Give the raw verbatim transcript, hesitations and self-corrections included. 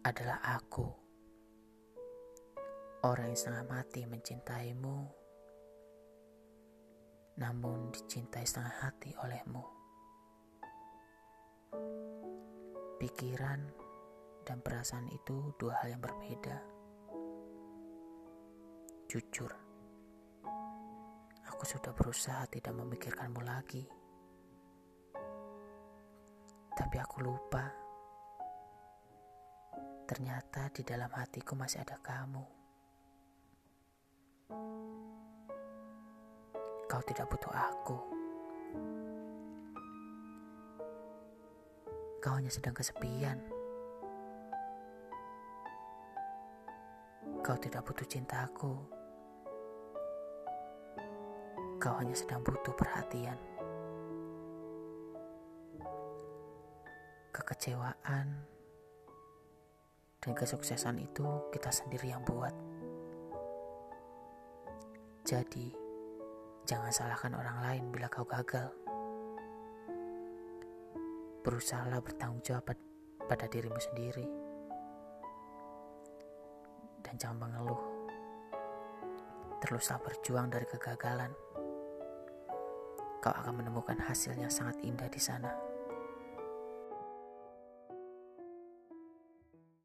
adalah aku, orang yang setengah mati mencintaimu, namun dicintai setengah hati olehmu. Pikiran dan perasaan itu dua hal yang berbeda. Jujur, aku sudah berusaha tidak memikirkanmu lagi, tapi aku lupa. Ternyata di dalam hatiku masih ada kamu. Kau tidak butuh aku. Kau hanya sedang kesepian. Kau tidak butuh cintaku. Kau hanya sedang butuh perhatian. Kekecewaan dan kesuksesan itu kita sendiri yang buat. Jadi, jangan salahkan orang lain bila kau gagal. Berusahalah bertanggung jawab pada dirimu sendiri. Dan jangan mengeluh. Teruslah berjuang dari kegagalan. Kau akan menemukan hasil yang sangat indah di sana.